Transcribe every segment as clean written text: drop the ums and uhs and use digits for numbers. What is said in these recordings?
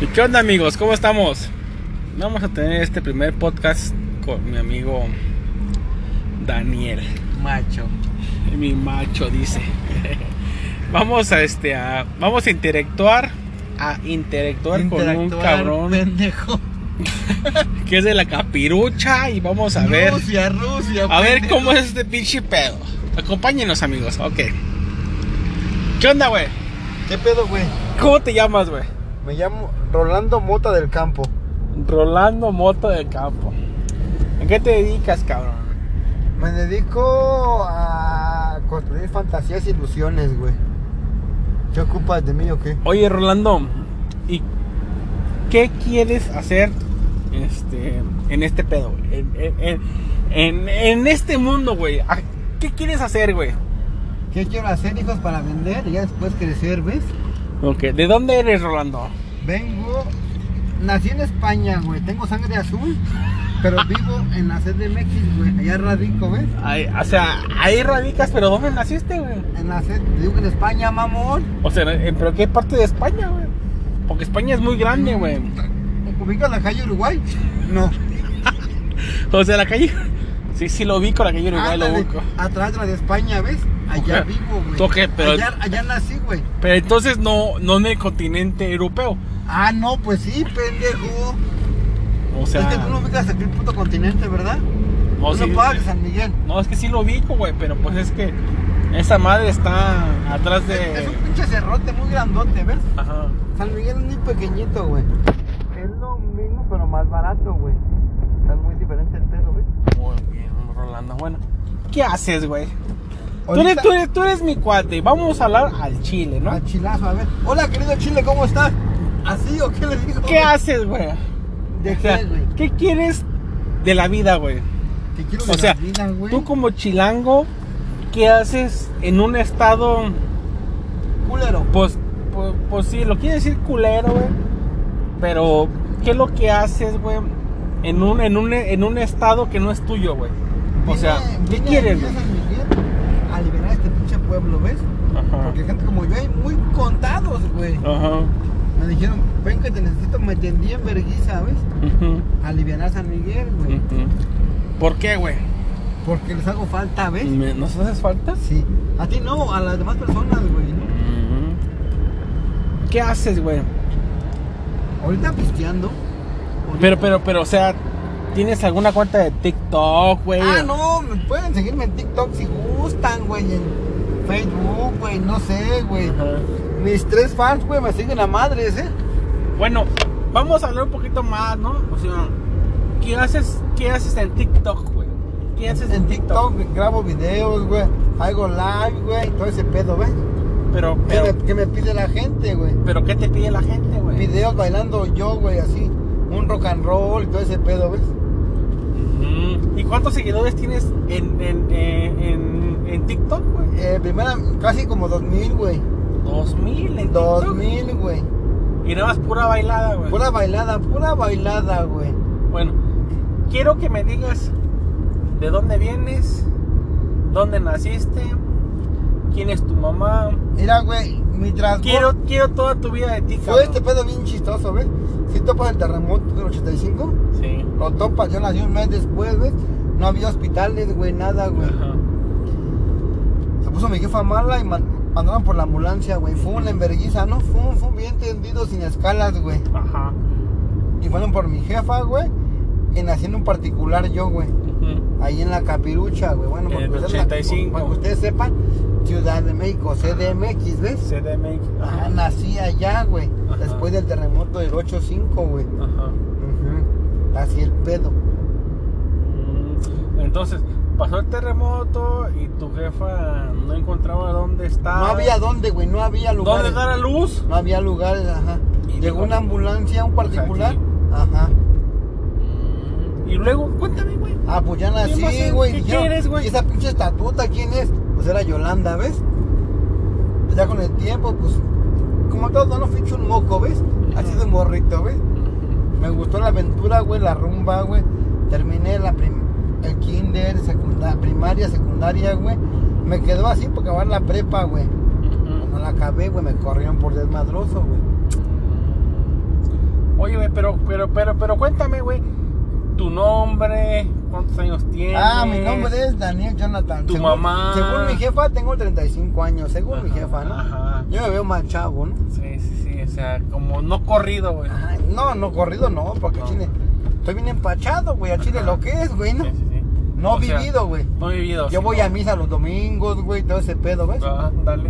¿Y qué onda, amigos? ¿Cómo estamos? Vamos a tener este primer podcast con mi amigo Daniel. Macho. Mi macho, dice. Vamos a interactuar con un cabrón pendejo. que es de la capirucha y vamos a ver. Rusia, a ver cómo es este pinche pedo. Acompáñenos, amigos. Ok. ¿Qué onda, güey? ¿Qué pedo, güey? ¿Cómo te llamas, güey? Me llamo Rolando Mota del Campo. Rolando Mota del Campo. ¿En qué te dedicas, cabrón? Me dedico a construir fantasías e ilusiones, güey. ¿Qué ocupas de mí o qué? Oye, Rolando, ¿y qué quieres hacer en este pedo, güey? En este mundo, güey. ¿Qué quieres hacer, güey? ¿Qué quiero hacer, hijos, para vender y ya después crecer, ves? Ok, ¿de dónde eres, Rolando? Nací en España, güey. Tengo sangre azul, pero vivo en la CDMX, güey. Allá radico, ¿ves? Ahí radicas, pero ¿dónde naciste, güey? Digo que en España, mamón. O sea, ¿pero qué parte de España, güey? Porque España es muy grande, güey. ¿Ubicas la calle Uruguay? No. O sea, la calle... Sí lo ubico, la calle Uruguay lo ubico. Atrás de la de España, ¿ves? Allá vivo, güey. Okay, pero... allá nací, güey. Pero entonces no en el continente europeo. Ah, no, pues sí, pendejo. O sea... Es que tú no ubicas aquí el puto continente, ¿verdad? No, sí, pagas San Miguel. No, es que sí lo ubico, güey, pero pues es que esa madre está atrás de... Es un pinche cerrote muy grandote, ¿ves? Ajá. San Miguel es muy pequeñito, güey. Es lo mismo, pero más barato, güey. Está muy diferente el pedo, ¿ves? Muy bien, Rolando. Bueno, ¿qué haces, güey? Ahorita... Tú eres mi cuate. Vamos a hablar al chile, ¿no? Al chilazo, a ver. Hola, querido Chile, ¿cómo estás? ¿Así o qué le digo? ¿Qué haces, güey? ¿De qué, güey? ¿Qué quieres de la vida, güey? ¿Qué quiero de la vida, güey? Tú como chilango, ¿qué haces en un estado... culero? Pues sí, lo quiere decir culero, güey. Pero, ¿qué es lo que haces, güey? En un estado que no es tuyo, güey. O sea, ¿qué quieres, güey? A liberar este pinche pueblo, ¿ves? Ajá. Porque gente como yo hay muy contados, güey. Ajá. Me dijeron, ven que te necesito, me tendí en vergüenza, ¿ves? Uh-huh. Aliviar a San Miguel, güey. Uh-huh. ¿Por qué, güey? Porque les hago falta, ¿ves? ¿Nos haces falta? Sí. A ti no, a las demás personas, güey. Uh-huh. ¿Qué haces, güey? Ahorita pisteando. Pero, o sea, ¿tienes alguna cuenta de TikTok, güey? Ah, no, pueden seguirme en TikTok si gustan, güey. En Facebook, güey, no sé, güey. Ajá. Mis 3 fans, güey, me siguen a madres, ¿eh? Bueno, vamos a hablar un poquito más, ¿no? O sea, ¿qué haces en TikTok, güey? ¿Qué haces en TikTok? Grabo videos, güey. Hago live, güey. Todo ese pedo, ¿ves? Pero ¿Qué me pide la gente, güey? ¿Pero qué te pide la gente, güey? Videos bailando yo, güey, así. Un rock and roll y todo ese pedo, ¿ves? ¿Y cuántos seguidores tienes en TikTok, güey? Primera, casi como 2000, güey. 2000 en TikTok. 2000, güey. Y nada más pura bailada, güey. Pura bailada, güey. Bueno, quiero que me digas de dónde vienes, dónde naciste, quién es tu mamá. Mira, güey, mi quiero toda tu vida de ti, cabrón. Fue este pedo bien chistoso, ¿ves? Si topas el terremoto del 85, sí. Lo topas, yo nací un mes después, ¿ves? No había hospitales, güey, nada, güey. Ajá. Se puso mi jefa mala y mandaron por la ambulancia, güey. Fue una enverguiza, ¿no? Fue bien tendido, sin escalas, güey. Ajá. Y fueron por mi jefa, güey. Y nací en un particular yo, güey. Uh-huh. Ahí en la Capirucha, güey. Bueno, en el 85. Para que ustedes sepan, Ciudad de México, CDMX, ¿ves? CDMX. Ajá, nací allá, güey. Después del terremoto del 85, güey. Ajá. Uh-huh. Así el pedo. Entonces, pasó el terremoto y tu jefa no encontraba dónde estaba. No había dónde, güey, no había lugares. ¿Dónde dar a luz? No había lugares, ajá. Llegó una ambulancia, un particular. Ajá. Ajá. Y luego, cuéntame, güey. Ah, pues ya nací, güey. ¿Qué eres, güey? ¿Y esa pinche estatuta quién es? Pues era Yolanda, ¿ves? Pues ya con el tiempo, pues, como todo, no ficho un moco, ¿ves? Así de morrito, ¿ves? Me gustó la aventura, güey, la rumba, güey. Terminé el kinder, primaria, secundaria, güey. Me quedó así por acabar la prepa, güey. Cuando la acabé, güey, me corrieron por desmadroso, güey. Oye, güey, pero cuéntame, güey, tu nombre, cuántos años tienes. Mi nombre es Daniel Jonathan. Tu mamá. Según mi jefa, tengo 35 años. Según mi jefa, ¿no? Ajá. Yo me veo más chavo, ¿no? Sí, o sea, como no corrido, güey. No, corrido no, porque No. Chile. Estoy bien empachado, güey. A Chile lo que es, güey, ¿no? Sí. No O sea, vivido, güey. No vivido. Yo sí, voy no. a misa los domingos, güey, todo ese pedo, ¿ves? Dale.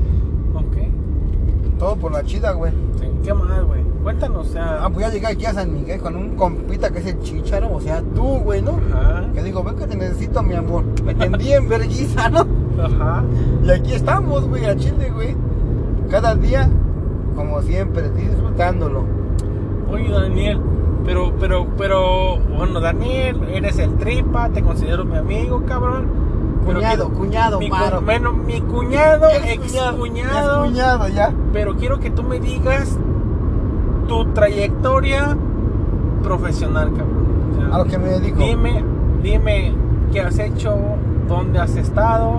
Ok. Todo por la chida, güey. Sí, ¿qué más, güey? Cuéntanos, o sea. Pues ya llegué aquí a San Miguel con un compita que es el Chícharo, o sea, tú, güey, ¿no? Ajá. Que digo, ven que te necesito, mi amor. Me tendí en vergüenza, ¿no? Ajá. Y aquí estamos, güey, a Chile, güey. Cada día, como siempre, disfrutándolo. Oye, Daniel, pero, bueno, Daniel, eres el tripa, te considero mi amigo, cabrón. Pero Cuñado, Maro. Bueno, mi cuñado, ex Ex cuñado. cuñado, ya. Pero quiero que tú me digas tu trayectoria profesional, cabrón. O sea, A lo que me dedico. Dime qué has hecho, dónde has estado,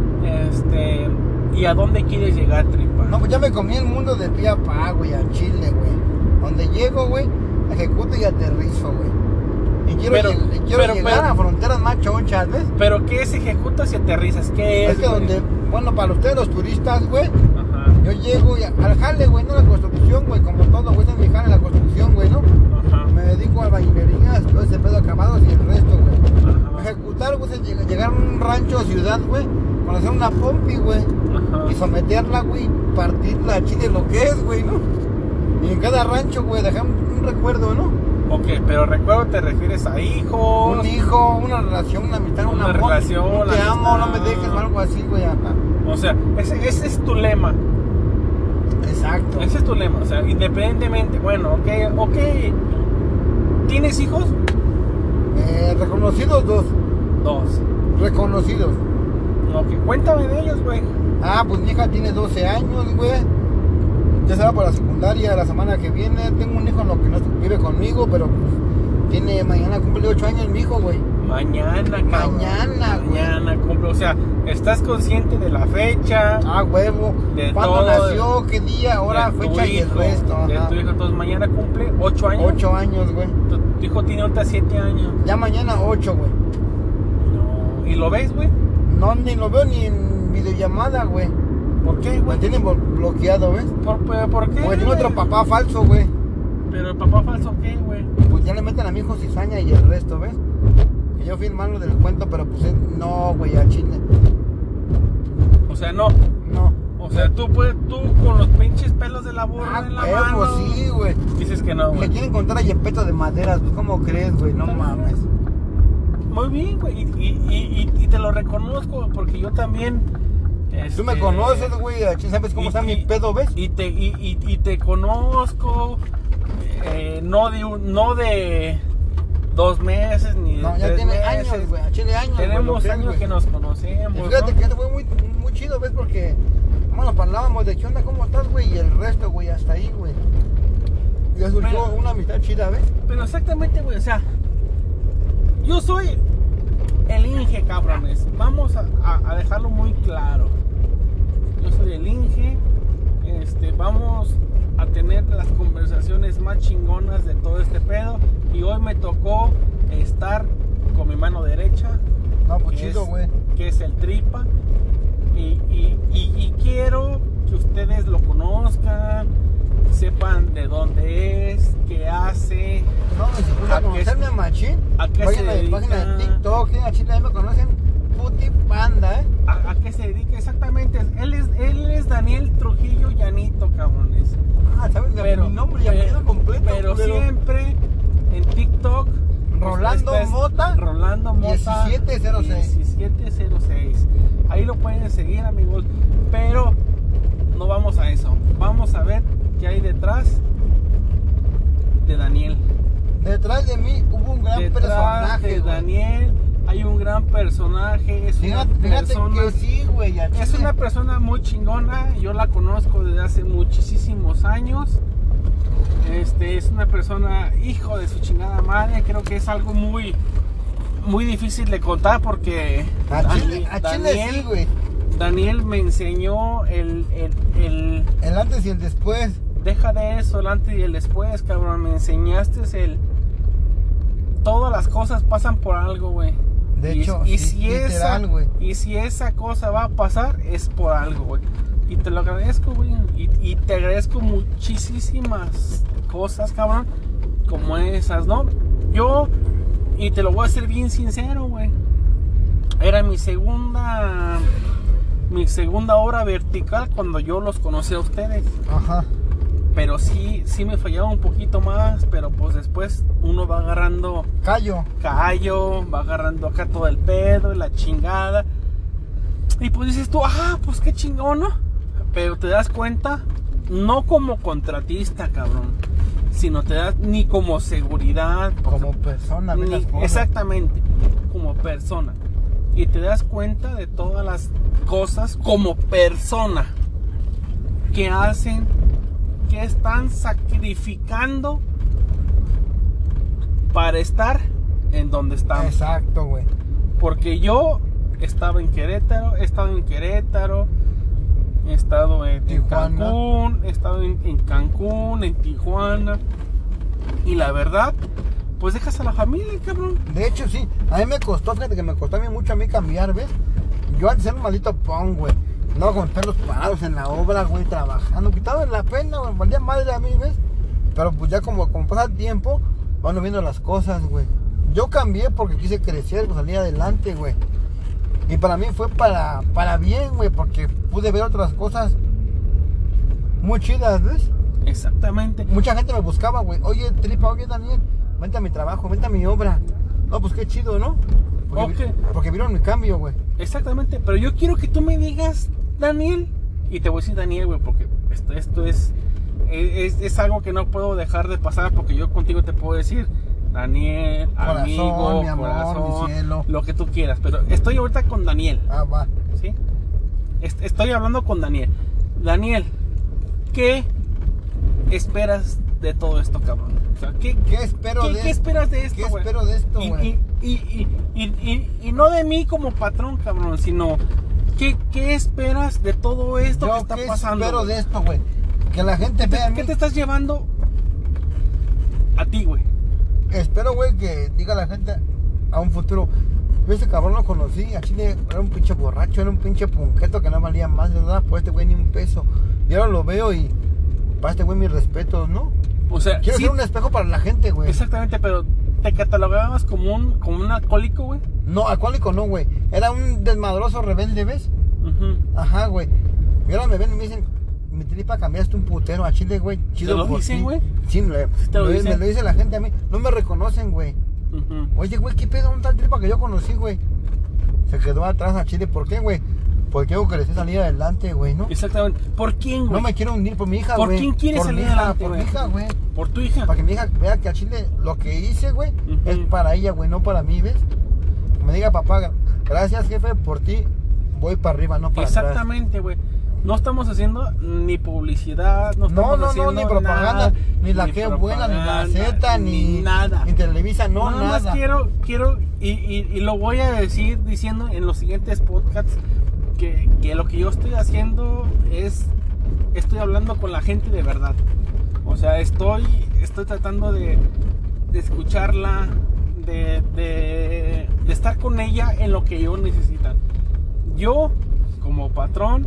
y a dónde quieres llegar, tripa. No, pues ya me comí el mundo de pie a pa, güey, a Chile, güey. Donde llego, güey, ejecuto y aterrizo, güey. Y quiero llegar a fronteras más chonchas, ¿ves? Pero ¿qué es ejecutas y aterrizas? ¿Qué es? Es que güey? donde, bueno, para ustedes los turistas, güey, Ajá. yo llego al jale, güey, no a la construcción, güey, como todo, güey, es mi jale la construcción, güey, ¿no? Ajá. Me dedico a albañilerías, todo ese pedo acabados y el resto, güey. Ajá. Ejecutar, güey, es llegar a un rancho o ciudad, güey, conocer una pompi, güey, Ajá. y someterla, güey, partirla a Chile lo que es, güey, ¿no? Y en cada rancho, güey, dejar un recuerdo, ¿no? Ok, pero recuerdo te refieres a hijos. Un hijo, una relación, una amistad, un Una amor. relación, Te la amo, no amistad. me dejes o algo así, güey. Ajá. O sea, ese es tu lema. Exacto. Ese es tu lema. O sea, independientemente. Bueno, ok. ¿Tienes hijos? Reconocidos dos. Dos. Reconocidos. Ok, cuéntame de ellos, güey. Pues mi hija tiene 12 años, güey. Ya se va por la secundaria la semana que viene. Tengo un hijo en lo que no vive conmigo, pero pues mañana cumple 8 años mi hijo, güey. Mañana, cabrón. Mañana cumple. O sea, ¿estás consciente de la fecha? Huevo. De ¿Cuándo todo, nació? ¿Qué día? Hora, de tu fecha y el hijo, resto. de Ajá. tu hijo. Entonces mañana cumple 8 años. 8 años, güey. Tu hijo tiene ahorita 7 años. Ya mañana 8, güey. No. ¿Y lo ves, güey? No, ni lo veo ni en videollamada, güey. ¿Por qué, Me güey? tienen bloqueado, ¿ves? ¿Por qué? Porque tiene otro papá falso, güey. Pero el papá falso, ¿qué, güey? Pues ya le meten a mi hijo cizaña y el resto, ¿ves? Que yo fui el malo del cuento, pero pues no, güey, a Chile. O sea, no. No. O sea, tú con los pinches pelos de la burra en la mano. Sí, güey. Dices que no, Le güey. quieren contar a Yepeto de maderas, pues, ¿cómo crees, güey? No mames. Muy bien, güey. Y te lo reconozco porque yo también. Tú me conoces, güey, a Chile, ¿sabes cómo está mi pedo, ves? Y te conozco. No de 2 meses ni de No, ya 3 tiene meses. años, güey, a Chile años. güey, Tenemos lo que es, años güey. que nos conocemos. Y fíjate ¿no? que fue muy chido, ¿ves? Porque, bueno, hablábamos de qué onda, cómo estás, güey, y el resto, güey, hasta ahí, güey. Y ya surgió Pero- una amistad chida, ¿ves? Pero exactamente, güey, o sea, yo soy el Inge, cabrones. Vamos a dejarlo muy claro. Yo soy el Inge. Vamos a tener las conversaciones más chingonas de todo este pedo. Y hoy me tocó estar con mi mano derecha. No, pues que chido, es- güey. Que es el tripa. Y quiero que ustedes lo conozcan, sepan de dónde es, qué hace. No, si ¿A pudiera qué conocerme se- a Machín, a qué vayan se a mi página dedica? de TikTok, a Chile ahí me conocen puti panda, ¿eh? ¿A qué se dedica exactamente? Él es Daniel Trujillo Llanito, cabrones. ¿Sabes de mi nombre y apellido completo? Pero culero? siempre en TikTok. Rolando pues, Mota, Rolando Mota 1706. 1706. Ahí lo pueden seguir, amigos. Pero no vamos a eso. Vamos a ver qué hay detrás de Daniel. Detrás de mí hubo un gran Detrás personaje, de güey. Daniel hay un gran personaje. Es Fíjate que sí, güey. a Es Chile. una persona muy chingona, yo la conozco desde hace muchísimos años. Es una persona hijo de su chingada madre, creo que es algo muy difícil de contar porque A Chile sí, güey. Daniel me enseñó el El antes y el después. deja de eso, el antes y el después, cabrón. Me enseñaste todas las cosas pasan por algo, güey. De hecho, literal, güey. Y si esa cosa va a pasar, es por algo, güey. Y te lo agradezco, güey. Y te agradezco muchísimas cosas, cabrón, como esas, ¿no? Y te lo voy a ser bien sincero, güey. Era mi segunda obra vertical cuando yo los conocí a ustedes. Ajá. Pero sí me fallaba un poquito más, pero pues después uno va agarrando callo, va agarrando acá todo el pedo y la chingada. Y pues dices tú, pues qué chingón, ¿no? Pero te das cuenta, no como contratista, cabrón, sino te das ni como seguridad. Como persona, exactamente, como persona. Y te das cuenta de todas las cosas como persona que hacen, que están sacrificando para estar en donde estamos. Exacto, güey. Porque yo estaba en Querétaro, he estado en Cancún, he estado en Cancún, en Tijuana. Y la verdad, pues dejas a la familia, cabrón. De hecho, sí, a mí me costó, fíjate que me costó a mí mucho cambiar, ¿ves? Yo antes era un maldito pon, güey. No, con pelos parados en la obra, güey, trabajando. Quitaba la pena, güey, valía madre a mí, ¿ves? Pero pues ya como pasa el tiempo, van viendo las cosas, güey. Yo cambié porque quise crecer, pues salir adelante, güey. Y para mí fue para bien, güey, porque pude ver otras cosas muy chidas, ¿ves? Exactamente. Mucha gente me buscaba, güey. Oye, Tripa, oye, Daniel, vente a mi trabajo, vente a mi obra. No, pues qué chido, ¿no? Porque vieron mi cambio, güey. Exactamente, pero yo quiero que tú me digas, Daniel, y te voy a decir Daniel, güey, porque esto es algo que no puedo dejar de pasar, porque yo contigo te puedo decir Daniel, corazón, amigo, mi amor, corazón, mi cielo, lo que tú quieras, pero estoy ahorita con Daniel. Va. ¿Sí? Estoy hablando con Daniel. Daniel, ¿qué esperas de todo esto, cabrón? O sea, ¿qué esperas de esto, ¿Qué güey? espero de esto, güey? Y no de mí como patrón, cabrón, sino ¿qué esperas de todo esto que está pasando? ¿Qué espero de esto, güey? Que la gente vea. ¿Qué te estás llevando a ti, güey? Espero, güey, que diga la gente a un futuro. Yo ese cabrón lo conocí, a Chile era un pinche borracho, era un pinche punqueto que no valía más de nada por este güey ni un peso. Y ahora lo veo y para este güey mis respetos, ¿no? O sea, quiero ser un espejo para la gente, güey. Exactamente, pero ¿te catalogabas como un alcohólico, güey? No, alcohólico no, güey. Era un desmadroso rebelde, ¿ves? Ajá, güey. Y ahora me ven y me dicen, mi Tripa, cambiaste un putero a Chile, güey. Chido. ¿Te lo dicen, güey? Sí, me lo dice la gente a mí. No me reconocen, güey. Oye, güey, ¿qué pedo? Un tal Tripa que yo conocí, güey. Se quedó atrás a Chile. ¿Por qué, güey? Porque yo quería salir adelante, güey, ¿no? Exactamente. ¿Por quién, güey? No me quiero hundir por mi hija, güey. ¿Por quién quieres salir adelante, güey? Por mi hija, güey. Por tu hija. Para que mi hija vea que a Chile lo que hice, güey, es para ella, güey, no para mí, ¿ves? Me diga, papá, gracias, jefe, por ti voy para arriba, no para atrás. Exactamente, güey. No estamos haciendo ni publicidad, no, ni propaganda, nada, ni la que buena, ni la Z, ni nada, ni Televisa, nada. Nada más quiero y lo voy a decir diciendo en los siguientes podcasts que lo que yo estoy haciendo estoy hablando con la gente de verdad. O sea, estoy tratando de escucharla, de estar con ella en lo que ellos necesitan. Yo, como patrón,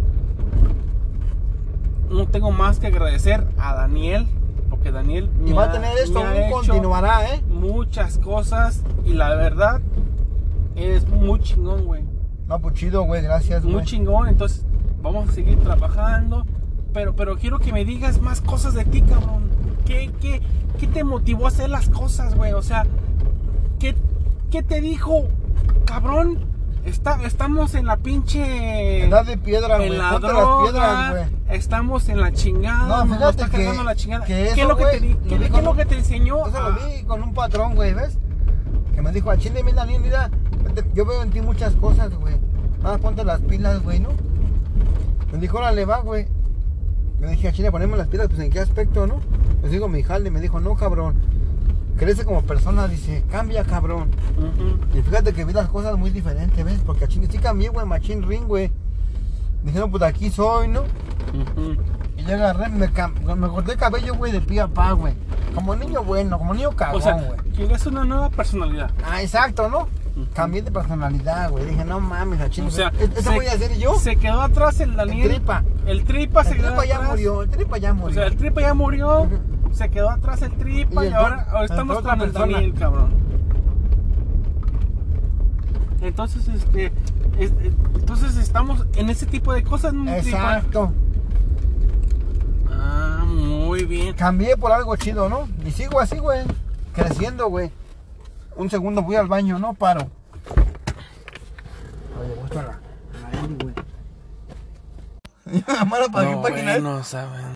no tengo más que agradecer a Daniel, porque Daniel y va a tener esto, continuará, muchas cosas, y la verdad es muy chingón, güey. No, pues chido, güey, gracias, güey. Muy chingón, entonces vamos a seguir trabajando, pero quiero que me digas más cosas de ti, cabrón. ¿Qué te motivó a hacer las cosas, güey? O sea, ¿qué te dijo, cabrón? Estamos en la pinche... Edad de piedra, güey. En la droga, güey. Estamos en la chingada. No, fíjate la chingada. ¿Qué es lo que te enseñó? Eso lo vi con un patrón, güey, ¿ves? Que me dijo, a Chile, mira, yo veo en ti muchas cosas, güey. Nada, ponte las pilas, güey, ¿no? Me dijo, órale, va, güey. Me dije, a Chile, ponemos las pilas, pues, ¿en qué aspecto, no? Les digo, mi jalde, me dijo, no, cabrón. Crece como persona, dice, cambia, cabrón. Y fíjate que vi las cosas muy diferentes, ¿ves? Porque a Chile sí cambié, güey, machín ring, güey. Dije, no, pues aquí soy, ¿no? Y yo agarré, me corté el cabello, güey, de pie a pa, güey. Como niño bueno, como niño cagón, O sea, güey. quieres una nueva personalidad. Ah, exacto, ¿no? Cambié de personalidad, güey. Dije, no mames, la chingada. O sea, ¿Esa voy a hacer yo? Se quedó atrás el Daniel. Tripa. El tripa se El quedó tripa ya atrás. murió, el tripa ya murió. O sea, el tripa ya murió. Ujú. Se quedó atrás el tripa Y y, el ahora otro- estamos otra con el persona. Daniel, cabrón. Entonces, entonces estamos en ese tipo de cosas, ¿no, tripa? Exacto. Ah, muy bien. Cambié por algo chido, ¿no? Y sigo así, güey. Creciendo, güey. Un segundo voy al baño, no paro. Oye, gusta la Eli, güey. Mala, ¿para qué página es? No saben.